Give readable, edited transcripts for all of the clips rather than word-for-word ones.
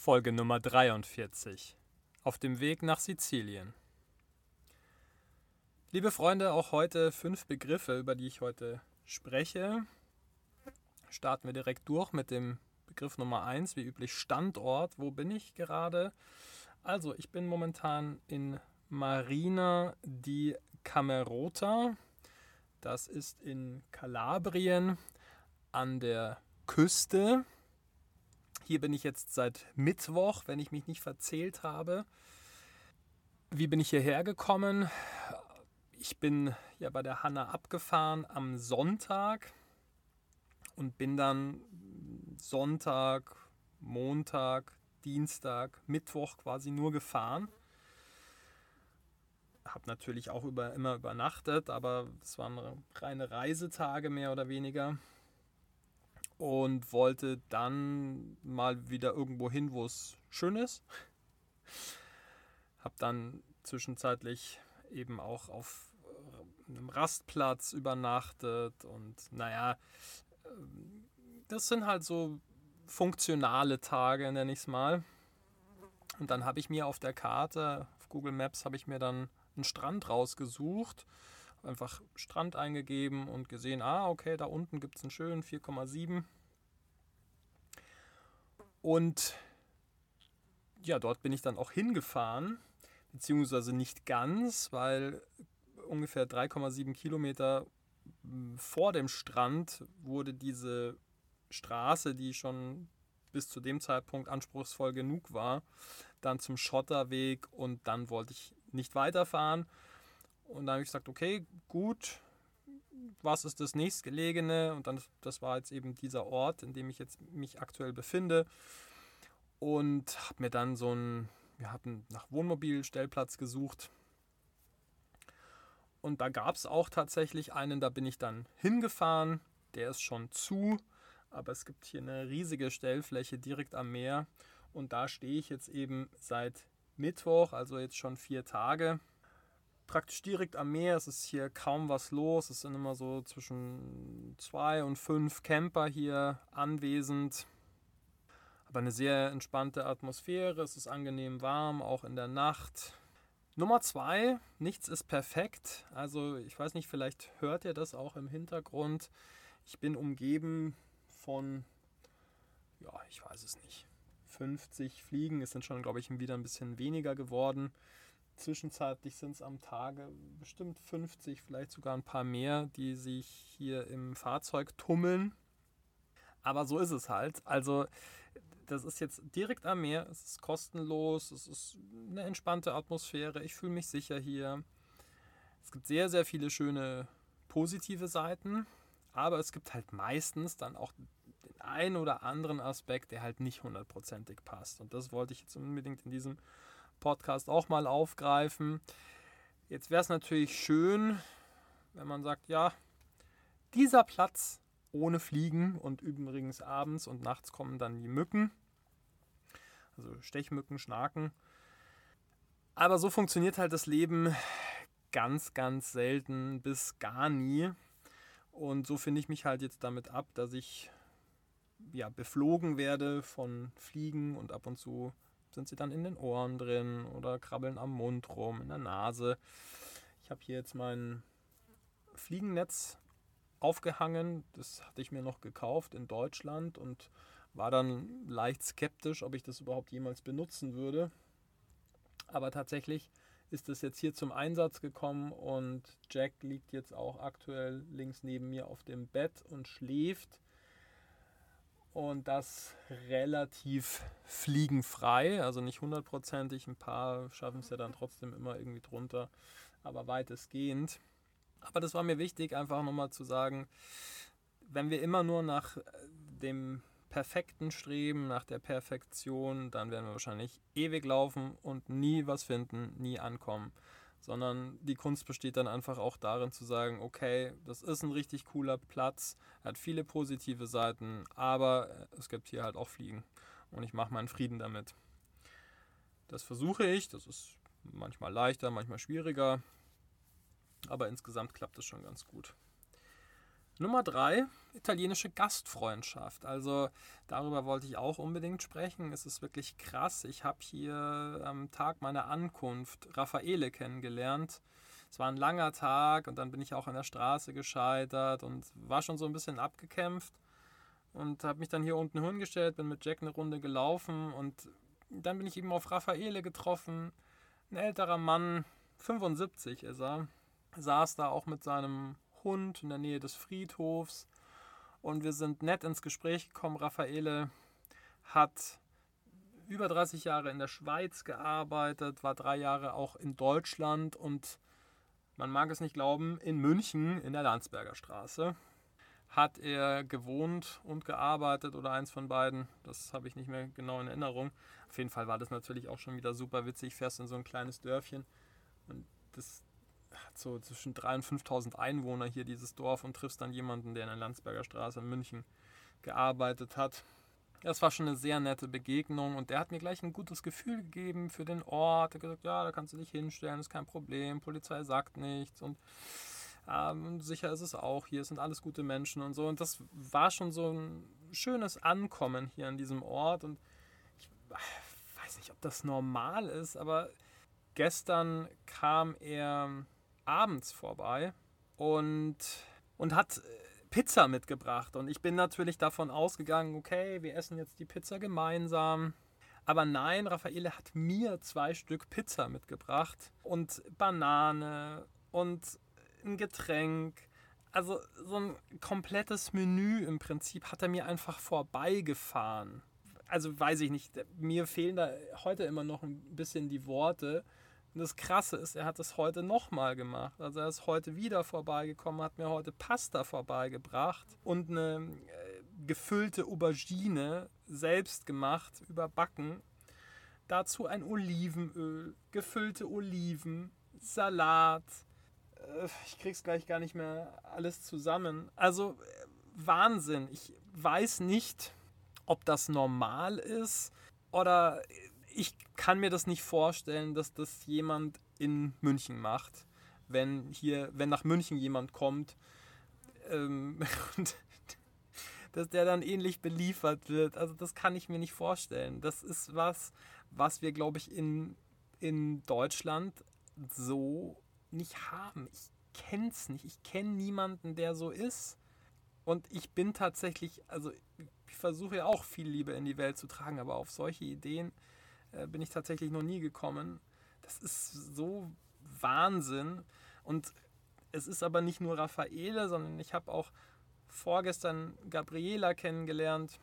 Folge Nummer 43. Auf dem Weg nach Sizilien. Liebe Freunde, auch heute 5 Begriffe, über die ich heute spreche. Starten wir direkt durch mit dem Begriff Nummer 1, wie üblich Standort. Wo bin ich gerade? Also, ich bin momentan in Marina di Camerota. Das ist in Kalabrien an der Küste. Hier bin ich jetzt seit Mittwoch, wenn ich mich nicht verzählt habe. Wie bin ich hierher gekommen? Ich bin ja bei der Hanna abgefahren am Sonntag und bin dann Sonntag, Montag, Dienstag, Mittwoch quasi nur gefahren. Habe natürlich auch immer übernachtet, aber es waren reine Reisetage mehr oder weniger. Und wollte dann mal wieder irgendwo hin, wo es schön ist. Habe dann zwischenzeitlich eben auch auf einem Rastplatz übernachtet. Und naja, das sind halt so funktionale Tage, nenne ich es mal. Und dann habe ich mir auf der Karte, auf Google Maps, habe ich mir dann einen Strand rausgesucht. Einfach Strand eingegeben und gesehen, okay, da unten gibt es einen schönen 4,7. Und ja, dort bin ich dann auch hingefahren, beziehungsweise nicht ganz, weil ungefähr 3,7 Kilometer vor dem Strand wurde diese Straße, die schon bis zu dem Zeitpunkt anspruchsvoll genug war, dann zum Schotterweg und dann wollte ich nicht weiterfahren. Und dann habe ich gesagt, okay, gut, was ist das nächstgelegene? Und dann, das war jetzt eben dieser Ort, in dem ich jetzt mich aktuell befinde. Und habe mir dann wir hatten nach Wohnmobilstellplatz gesucht. Und da gab es auch tatsächlich einen, da bin ich dann hingefahren. Der ist schon zu, aber es gibt hier eine riesige Stellfläche direkt am Meer. Und da stehe ich jetzt eben seit Mittwoch, also jetzt schon 4 Tage. Praktisch direkt am Meer, es ist hier kaum was los. Es sind immer so zwischen 2 und 5 Camper hier anwesend. Aber eine sehr entspannte Atmosphäre, es ist angenehm warm, auch in der Nacht. Nummer 2, nichts ist perfekt. Also ich weiß nicht, vielleicht hört ihr das auch im Hintergrund. Ich bin umgeben von, ich weiß es nicht, 50 Fliegen. Es sind schon, glaube ich, wieder ein bisschen weniger geworden. Zwischenzeitlich sind es am Tage bestimmt 50, vielleicht sogar ein paar mehr, die sich hier im Fahrzeug tummeln. Aber so ist es halt. Also das ist jetzt direkt am Meer, es ist kostenlos, es ist eine entspannte Atmosphäre, ich fühle mich sicher hier. Es gibt sehr, sehr viele schöne positive Seiten, aber es gibt halt meistens dann auch den einen oder anderen Aspekt, der halt nicht hundertprozentig passt. Und das wollte ich jetzt unbedingt in diesem Podcast auch mal aufgreifen. Jetzt wäre es natürlich schön, wenn man sagt, ja, dieser Platz ohne Fliegen und übrigens abends und nachts kommen dann die Mücken, also Stechmücken, Schnaken. Aber so funktioniert halt das Leben ganz, ganz selten bis gar nie. Und so finde ich mich halt jetzt damit ab, dass ich beflogen werde von Fliegen und ab und zu sind sie dann in den Ohren drin oder krabbeln am Mund rum, in der Nase. Ich habe hier jetzt mein Fliegennetz aufgehangen. Das hatte ich mir noch gekauft in Deutschland und war dann leicht skeptisch, ob ich das überhaupt jemals benutzen würde. Aber tatsächlich ist es jetzt hier zum Einsatz gekommen und Jack liegt jetzt auch aktuell links neben mir auf dem Bett und schläft. Und das relativ fliegenfrei, also nicht hundertprozentig. Ein paar schaffen es ja dann trotzdem immer irgendwie drunter, aber weitestgehend. Aber das war mir wichtig, einfach nochmal zu sagen, wenn wir immer nur nach dem Perfekten streben, nach der Perfektion, dann werden wir wahrscheinlich ewig laufen und nie was finden, nie ankommen. Sondern die Kunst besteht dann einfach auch darin zu sagen, okay, das ist ein richtig cooler Platz, hat viele positive Seiten, aber es gibt hier halt auch Fliegen und ich mache meinen Frieden damit. Das versuche ich, das ist manchmal leichter, manchmal schwieriger, aber insgesamt klappt es schon ganz gut. Nummer 3, italienische Gastfreundschaft. Also darüber wollte ich auch unbedingt sprechen. Es ist wirklich krass. Ich habe hier am Tag meiner Ankunft Raffaele kennengelernt. Es war ein langer Tag und dann bin ich auch an der Straße gescheitert und war schon so ein bisschen abgekämpft und habe mich dann hier unten hingestellt, bin mit Jack eine Runde gelaufen und dann bin ich eben auf Raffaele getroffen. Ein älterer Mann, 75 ist er, saß da auch mit seinem Hund in der Nähe des Friedhofs und wir sind nett ins Gespräch gekommen. Raffaele hat über 30 Jahre in der Schweiz gearbeitet, war 3 Jahre auch in Deutschland und man mag es nicht glauben, in München in der Landsberger Straße hat er gewohnt und gearbeitet oder eins von beiden. Das habe ich nicht mehr genau in Erinnerung. Auf jeden Fall war das natürlich auch schon wieder super witzig. Fährst in so ein kleines Dörfchen und das hat so zwischen 3.000 und 5.000 Einwohner hier, dieses Dorf, und triffst dann jemanden, der in der Landsberger Straße in München gearbeitet hat. Das war schon eine sehr nette Begegnung und der hat mir gleich ein gutes Gefühl gegeben für den Ort. Er hat gesagt, ja, da kannst du dich hinstellen, ist kein Problem, Polizei sagt nichts und sicher ist es auch, hier sind alles gute Menschen und so. Und das war schon so ein schönes Ankommen hier an diesem Ort und ich weiß nicht, ob das normal ist, aber gestern kam er abends vorbei und hat Pizza mitgebracht. Und ich bin natürlich davon ausgegangen, okay, wir essen jetzt die Pizza gemeinsam. Aber nein, Raffaele hat mir 2 Stück Pizza mitgebracht und Banane und ein Getränk. Also so ein komplettes Menü im Prinzip hat er mir einfach vorbeigefahren. Also weiß ich nicht, mir fehlen da heute immer noch ein bisschen die Worte. Und das Krasse ist, er hat es heute nochmal gemacht. Also er ist heute wieder vorbeigekommen, hat mir heute Pasta vorbeigebracht und eine gefüllte Aubergine, selbst gemacht, überbacken. Dazu ein Olivenöl, gefüllte Oliven, Salat. Ich krieg's gleich gar nicht mehr alles zusammen. Also Wahnsinn. Ich weiß nicht, ob das normal ist oder ich kann mir das nicht vorstellen, dass das jemand in München macht, wenn nach München jemand kommt und dass der dann ähnlich beliefert wird. Also das kann ich mir nicht vorstellen. Das ist was wir, glaube ich, in Deutschland so nicht haben. Ich kenne es nicht. Ich kenne niemanden, der so ist. Und ich bin tatsächlich, also ich versuche ja auch viel Liebe in die Welt zu tragen, aber auf solche Ideen bin ich tatsächlich noch nie gekommen. Das ist so Wahnsinn. Und es ist aber nicht nur Raffaele, sondern ich habe auch vorgestern Gabriela kennengelernt.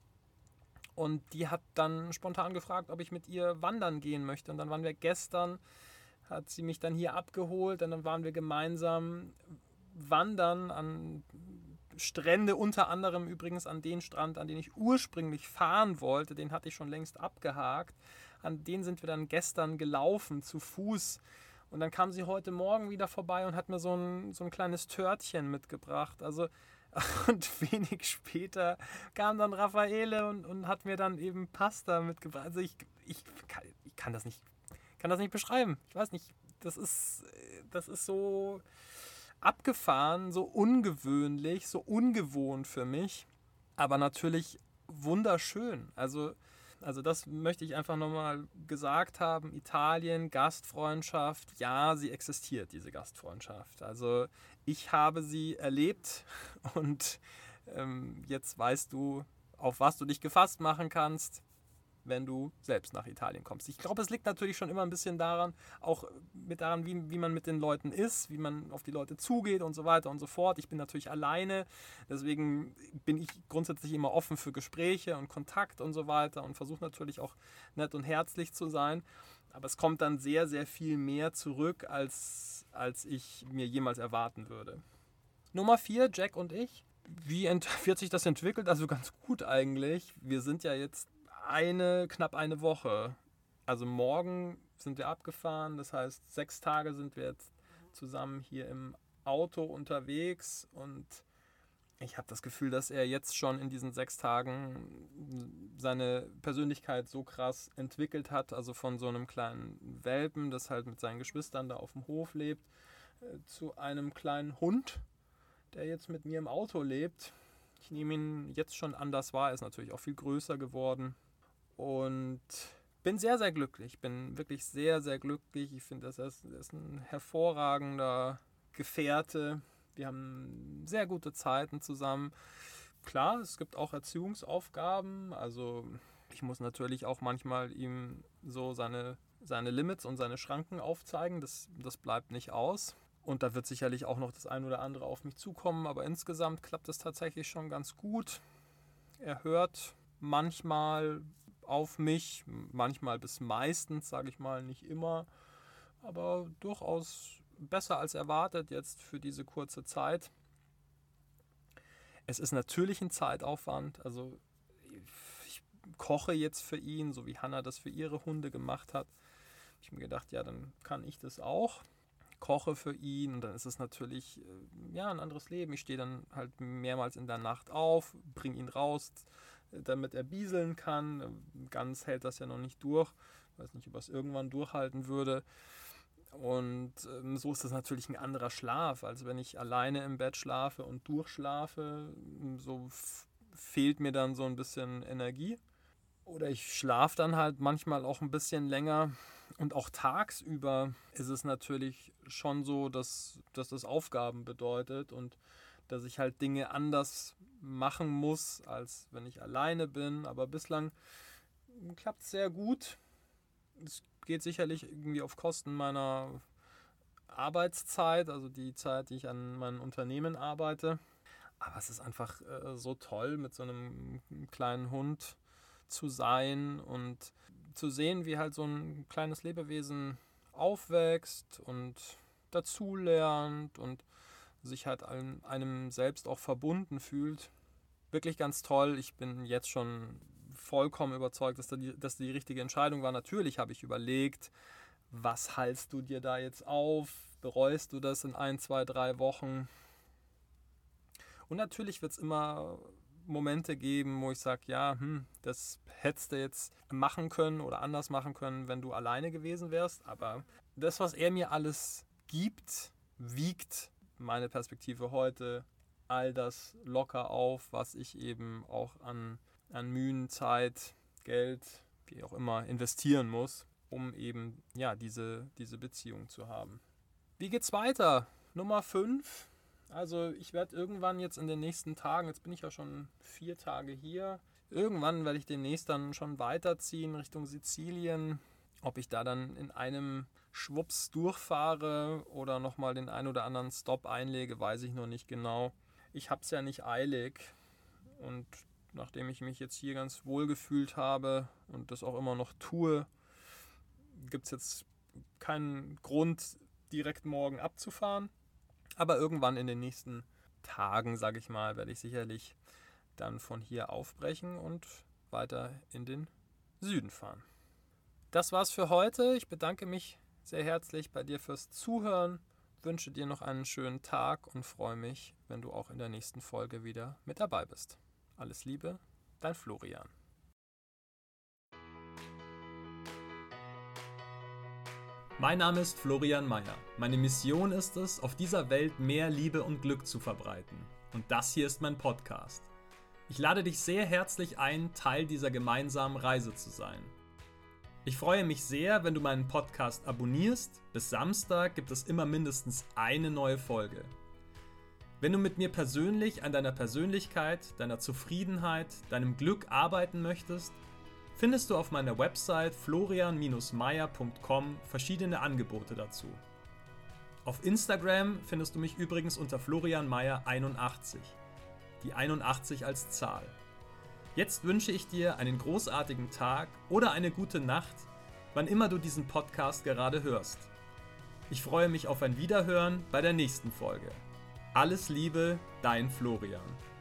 Und die hat dann spontan gefragt, ob ich mit ihr wandern gehen möchte. Und dann waren wir gestern, hat sie mich dann hier abgeholt und dann waren wir gemeinsam wandern an Strände, unter anderem übrigens an den Strand, an den ich ursprünglich fahren wollte. Den hatte ich schon längst abgehakt. An den sind wir dann gestern gelaufen, zu Fuß. Und dann kam sie heute Morgen wieder vorbei und hat mir so ein kleines Törtchen mitgebracht. Also, und wenig später kam dann Raffaele und hat mir dann eben Pasta mitgebracht. Also ich kann das nicht beschreiben. Ich weiß nicht, das ist so abgefahren, so ungewöhnlich, so ungewohnt für mich, aber natürlich wunderschön. Also das möchte ich einfach nochmal gesagt haben. Italien, Gastfreundschaft, ja, sie existiert, diese Gastfreundschaft. Also ich habe sie erlebt und jetzt weißt du, auf was du dich gefasst machen kannst, wenn du selbst nach Italien kommst. Ich glaube, es liegt natürlich schon immer ein bisschen daran, wie man mit den Leuten ist, wie man auf die Leute zugeht und so weiter und so fort. Ich bin natürlich alleine, deswegen bin ich grundsätzlich immer offen für Gespräche und Kontakt und so weiter und versuche natürlich auch nett und herzlich zu sein. Aber es kommt dann sehr, sehr viel mehr zurück, als ich mir jemals erwarten würde. Nummer 4, Jack und ich. Wie hat sich das entwickelt? Also ganz gut eigentlich. Wir sind ja jetzt knapp eine Woche. Also morgen sind wir abgefahren, das heißt 6 Tage sind wir jetzt zusammen hier im Auto unterwegs und ich habe das Gefühl, dass er jetzt schon in diesen 6 Tagen seine Persönlichkeit so krass entwickelt hat, also von so einem kleinen Welpen, das halt mit seinen Geschwistern da auf dem Hof lebt, zu einem kleinen Hund, der jetzt mit mir im Auto lebt. Ich nehme ihn jetzt schon anders wahr, er ist natürlich auch viel größer geworden und bin sehr, sehr glücklich. Bin wirklich sehr, sehr glücklich. Ich finde, er ist ein hervorragender Gefährte. Wir haben sehr gute Zeiten zusammen. Klar, es gibt auch Erziehungsaufgaben. Also ich muss natürlich auch manchmal ihm so seine Limits und seine Schranken aufzeigen. Das bleibt nicht aus. Und da wird sicherlich auch noch das ein oder andere auf mich zukommen. Aber insgesamt klappt es tatsächlich schon ganz gut. Er hört manchmal auf mich, manchmal bis meistens, sage ich mal, nicht immer. Aber durchaus besser als erwartet jetzt für diese kurze Zeit. Es ist natürlich ein Zeitaufwand. Also ich koche jetzt für ihn, so wie Hannah das für ihre Hunde gemacht hat. Ich habe mir gedacht, ja, dann kann ich das auch. Koche für ihn und dann ist es natürlich ein anderes Leben. Ich stehe dann halt mehrmals in der Nacht auf, bringe ihn raus, damit er bieseln kann. Ganz hält das ja noch nicht durch. Ich weiß nicht, ob er es irgendwann durchhalten würde. Und so ist das natürlich ein anderer Schlaf, als wenn ich alleine im Bett schlafe und durchschlafe. So fehlt mir dann so ein bisschen Energie. Oder ich schlafe dann halt manchmal auch ein bisschen länger. Und auch tagsüber ist es natürlich schon so, dass das Aufgaben bedeutet und dass ich halt Dinge anders machen muss, als wenn ich alleine bin. Aber bislang klappt es sehr gut. Es geht sicherlich irgendwie auf Kosten meiner Arbeitszeit, also die Zeit, die ich an meinem Unternehmen arbeite. Aber es ist einfach so toll, mit so einem kleinen Hund zu sein und zu sehen, wie halt so ein kleines Lebewesen aufwächst und dazulernt und sich halt einem selbst auch verbunden fühlt. Wirklich ganz toll. Ich bin jetzt schon vollkommen überzeugt, dass das die richtige Entscheidung war. Natürlich habe ich überlegt, was halst du dir da jetzt auf? Bereust du das in 1, 2, 3 Wochen? Und natürlich wird es immer Momente geben, wo ich sage, ja, das hättest du jetzt machen können oder anders machen können, wenn du alleine gewesen wärst. Aber das, was er mir alles gibt, wiegt meine Perspektive heute all das locker auf, was ich eben auch an Mühen, Zeit, Geld, wie auch immer, investieren muss, um eben diese Beziehung zu haben. Wie geht's weiter? Nummer 5. Also ich werde irgendwann jetzt in den nächsten Tagen, jetzt bin ich ja schon 4 Tage hier, irgendwann werde ich demnächst dann schon weiterziehen Richtung Sizilien. Ob ich da dann in einem Schwupps durchfahre oder nochmal den ein oder anderen Stop einlege, weiß ich noch nicht genau. Ich habe es ja nicht eilig und nachdem ich mich jetzt hier ganz wohl gefühlt habe und das auch immer noch tue, gibt es jetzt keinen Grund, direkt morgen abzufahren. Aber irgendwann in den nächsten Tagen, sage ich mal, werde ich sicherlich dann von hier aufbrechen und weiter in den Süden fahren. Das war's für heute. Ich bedanke mich sehr herzlich bei dir fürs Zuhören, wünsche dir noch einen schönen Tag und freue mich, wenn du auch in der nächsten Folge wieder mit dabei bist. Alles Liebe, dein Florian. Mein Name ist Florian Meyer. Meine Mission ist es, auf dieser Welt mehr Liebe und Glück zu verbreiten. Und das hier ist mein Podcast. Ich lade dich sehr herzlich ein, Teil dieser gemeinsamen Reise zu sein. Ich freue mich sehr, wenn du meinen Podcast abonnierst. Bis Samstag gibt es immer mindestens eine neue Folge. Wenn du mit mir persönlich an deiner Persönlichkeit, deiner Zufriedenheit, deinem Glück arbeiten möchtest, findest du auf meiner Website florian-meyer.com verschiedene Angebote dazu. Auf Instagram findest du mich übrigens unter florianmeyer81, die 81 als Zahl. Jetzt wünsche ich dir einen großartigen Tag oder eine gute Nacht, wann immer du diesen Podcast gerade hörst. Ich freue mich auf ein Wiederhören bei der nächsten Folge. Alles Liebe, dein Florian.